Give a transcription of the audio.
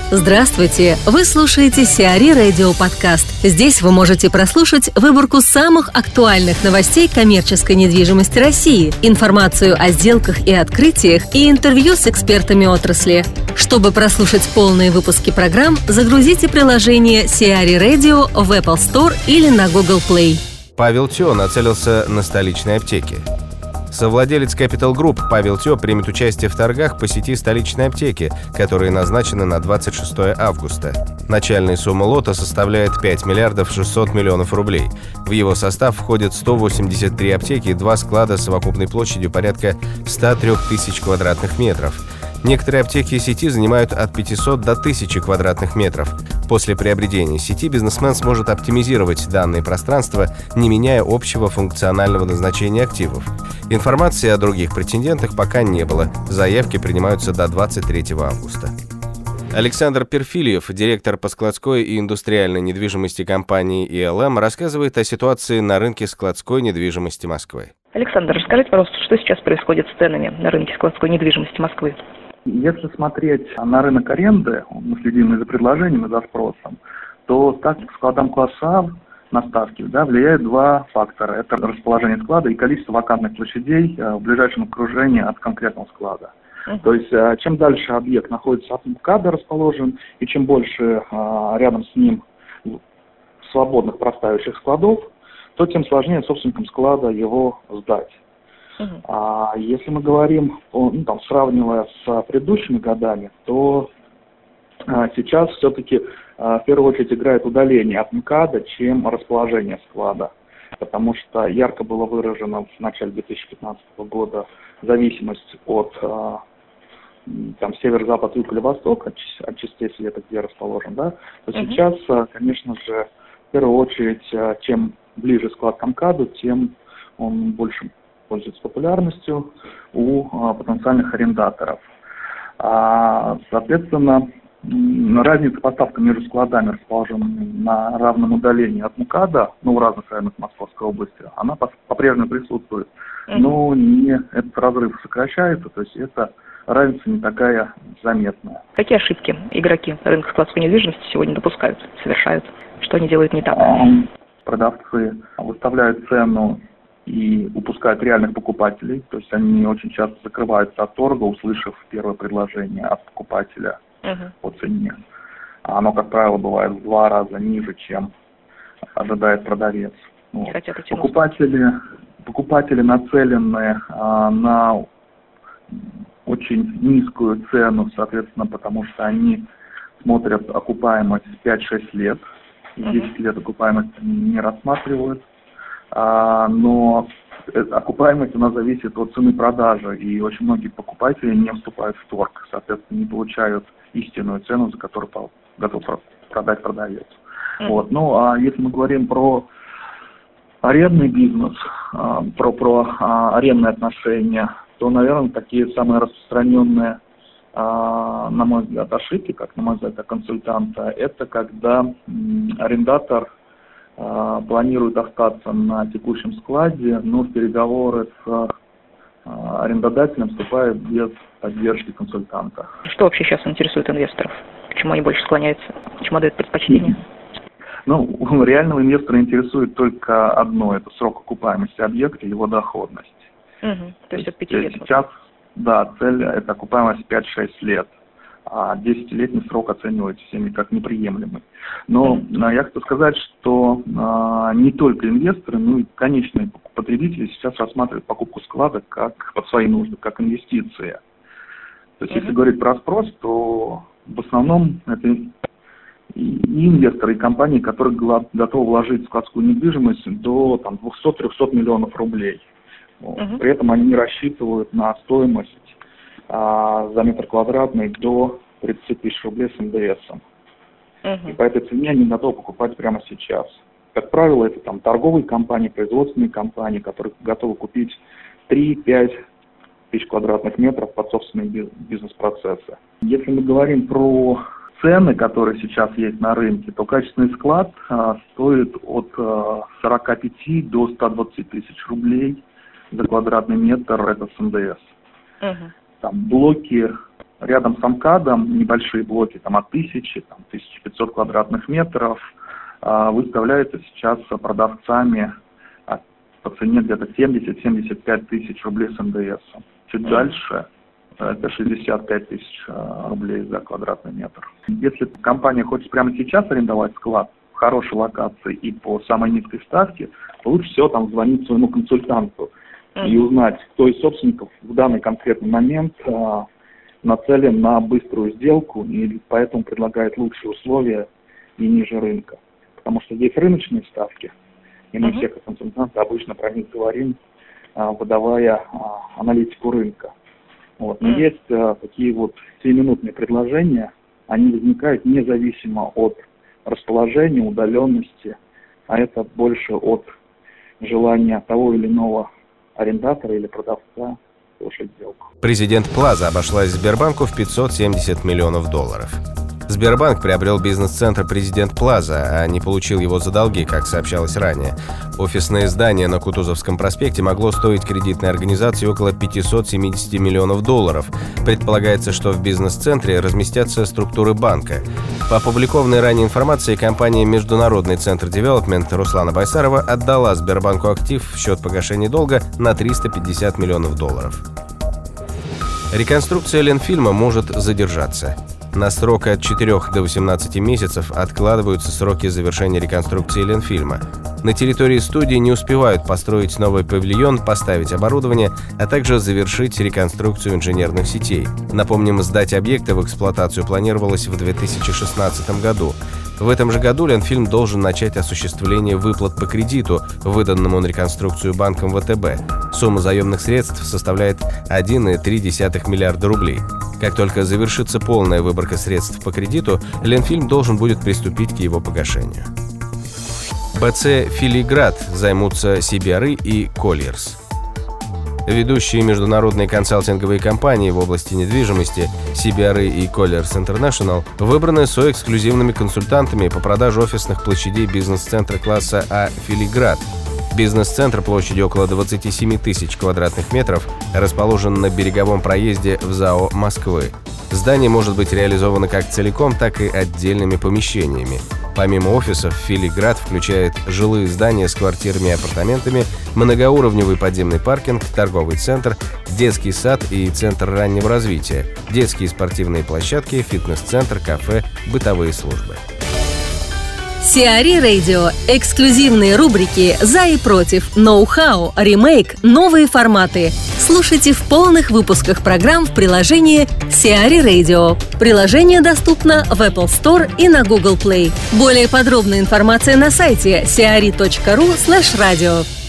Здравствуйте! Вы слушаете Сиари Радио Подкаст. Здесь вы можете прослушать выборку самых актуальных новостей коммерческой недвижимости России, информацию о сделках и открытиях и интервью с экспертами отрасли. Чтобы прослушать полные выпуски программ, загрузите приложение Сиари Radio в Apple Store или на Google Play. Павел Тё нацелился на столичные аптеки. Совладелец Capital Group Павел Тё примет участие в торгах по сети столичной аптеки, которые назначены на 26 августа. Начальная сумма лота составляет 5 миллиардов 600 миллионов рублей. В его состав входят 183 аптеки и 2 склада с совокупной площадью порядка 103 тысяч квадратных метров. Некоторые аптеки сети занимают от 500 до 1000 квадратных метров. После приобретения сети бизнесмен сможет оптимизировать данное пространство, не меняя общего функционального назначения активов. Информации о других претендентах пока не было. Заявки принимаются до 23 августа. Александр Перфильев, директор по складской и индустриальной недвижимости компании ИЛМ, рассказывает о ситуации на рынке складской недвижимости Москвы. Александр, расскажите, пожалуйста, что сейчас происходит с ценами на рынке складской недвижимости Москвы? Если смотреть на рынок аренды, мы следим и за предложением, и за спросом, то ставки к складам класса на ставки влияют два фактора. Это расположение склада и количество вакантных площадей в ближайшем окружении от конкретного склада. То есть, чем дальше объект находится от МКАДа расположен, и чем больше рядом с ним свободных простаивающих складов, то тем сложнее собственникам склада его сдать. А если мы говорим, сравнивая с предыдущими годами, то сейчас все-таки в первую очередь играет удаление от МКАДа, чем расположение склада. Потому что ярко было выражено в начале 2015 года зависимость от север-запад, юг или восток, от частей света, где расположен, то сейчас, конечно же, в первую очередь, чем ближе склад к МКАДу, тем он больше пользуется популярностью у потенциальных арендаторов. Соответственно, разница поставка между складами, расположенными на равном удалении от МКАДа, в разных районах Московской области, она по-прежнему присутствует. Но этот разрыв сокращается, то есть это разница не такая заметная. Какие ошибки игроки рынка складской недвижимости сегодня допускают, совершают? Что они делают не так? Продавцы выставляют цену и упускают реальных покупателей, то есть они очень часто закрываются от торга, услышав первое предложение от покупателя по цене. Оно, как правило, бывает в 2 раза ниже, чем ожидает продавец. Покупатели нацелены на очень низкую цену, соответственно, потому что они смотрят окупаемость 5-6 лет, 10 лет окупаемость они не рассматривают. Но окупаемость у нас зависит от цены продажи, и очень многие покупатели не вступают в торг, соответственно, не получают истинную цену, за которую готов продать продавец. Если мы говорим про арендный бизнес, про арендные отношения, то, наверное, такие самые распространенные, на мой взгляд, ошибки, как на мой взгляд, как консультанта, это когда арендатор планирует остаться на текущем складе, но в переговоры с арендодателем вступает без поддержки консультанта. Что вообще сейчас интересует инвесторов? К чему они больше склоняются? К чему дают предпочтение? Реального инвестора интересует только одно – это срок окупаемости объекта и его доходность. То есть от 5 лет? Сейчас, цель – это окупаемость 5-6 лет. А 10-летний срок оценивается всеми как неприемлемый. Но я хочу сказать, что не только инвесторы, но и конечные потребители сейчас рассматривают покупку склада как под свои нужды, как инвестиции. То есть, если говорить про спрос, то в основном это и инвесторы, и компании, которые готовы вложить в складскую недвижимость до 200-300 миллионов рублей. При этом они не рассчитывают на стоимость за метр квадратный до 30 тысяч рублей с НДСом. И по этой цене они готовы покупать прямо сейчас. Как правило, это торговые компании, производственные компании, которые готовы купить 3-5 тысяч квадратных метров под собственные бизнес-процессы. Если мы говорим про цены, которые сейчас есть на рынке, то качественный склад стоит от 45 до 120 тысяч рублей за квадратный метр, это с НДС. Там блоки рядом с МКАДом небольшие блоки там, от 1000, 1500 квадратных метров выставляются сейчас продавцами по цене где-то 70-75 тысяч рублей с НДС. Чуть дальше это 65 тысяч рублей за квадратный метр. Если компания хочет прямо сейчас арендовать склад в хорошей локации и по самой низкой ставке, то лучше всего там звонить своему консультанту и узнать, кто из собственников в данный конкретный момент нацелен на быструю сделку и поэтому предлагает лучшие условия и ниже рынка. Потому что есть рыночные ставки, и мы все как консультанты обычно про них говорим, выдавая аналитику рынка. Вот. Но есть такие вот 7-минутные предложения, они возникают независимо от расположения, удаленности, а это больше от желания того или иного арендатора или продавца совершить сделку. Президент Плаза обошлась Сбербанку в $570 миллионов. Сбербанк приобрел бизнес-центр «Президент Плаза», а не получил его за долги, как сообщалось ранее. Офисное здание на Кутузовском проспекте могло стоить кредитной организации около $570 миллионов. Предполагается, что в бизнес-центре разместятся структуры банка. По опубликованной ранее информации, компания «Международный центр девелопмент» Руслана Байсарова отдала Сбербанку актив в счет погашения долга на $350 миллионов. Реконструкция Ленфильма может задержаться. На срок от 4 до 18 месяцев откладываются сроки завершения реконструкции Ленфильма. На территории студии не успевают построить новый павильон, поставить оборудование, а также завершить реконструкцию инженерных сетей. Напомним, сдать объекты в эксплуатацию планировалось в 2016 году. В этом же году Ленфильм должен начать осуществление выплат по кредиту, выданному на реконструкцию банком ВТБ. Сумма заемных средств составляет 1,3 миллиарда рублей. Как только завершится полная выборка средств по кредиту, Ленфильм должен будет приступить к его погашению. БЦ «Филиград» займутся CBRE и Colliers. Ведущие международные консалтинговые компании в области недвижимости CBRE и Colliers International выбраны соэксклюзивными консультантами по продаже офисных площадей бизнес-центра класса А «Филиград». Бизнес-центр площадью около 27 тысяч квадратных метров расположен на береговом проезде в ЗАО Москвы. Здание может быть реализовано как целиком, так и отдельными помещениями. Помимо офисов, «Филиград» включает жилые здания с квартирами и апартаментами, многоуровневый подземный паркинг, торговый центр, детский сад и центр раннего развития, детские спортивные площадки, фитнес-центр, кафе, бытовые службы. Сиари Radio. Эксклюзивные рубрики «За и против», «Ноу-хау», «Ремейк», «Новые форматы». Слушайте в полных выпусках программ в приложении Сиари Radio. Приложение доступно в Apple Store и на Google Play. Более подробная информация на сайте siari.ru/radio.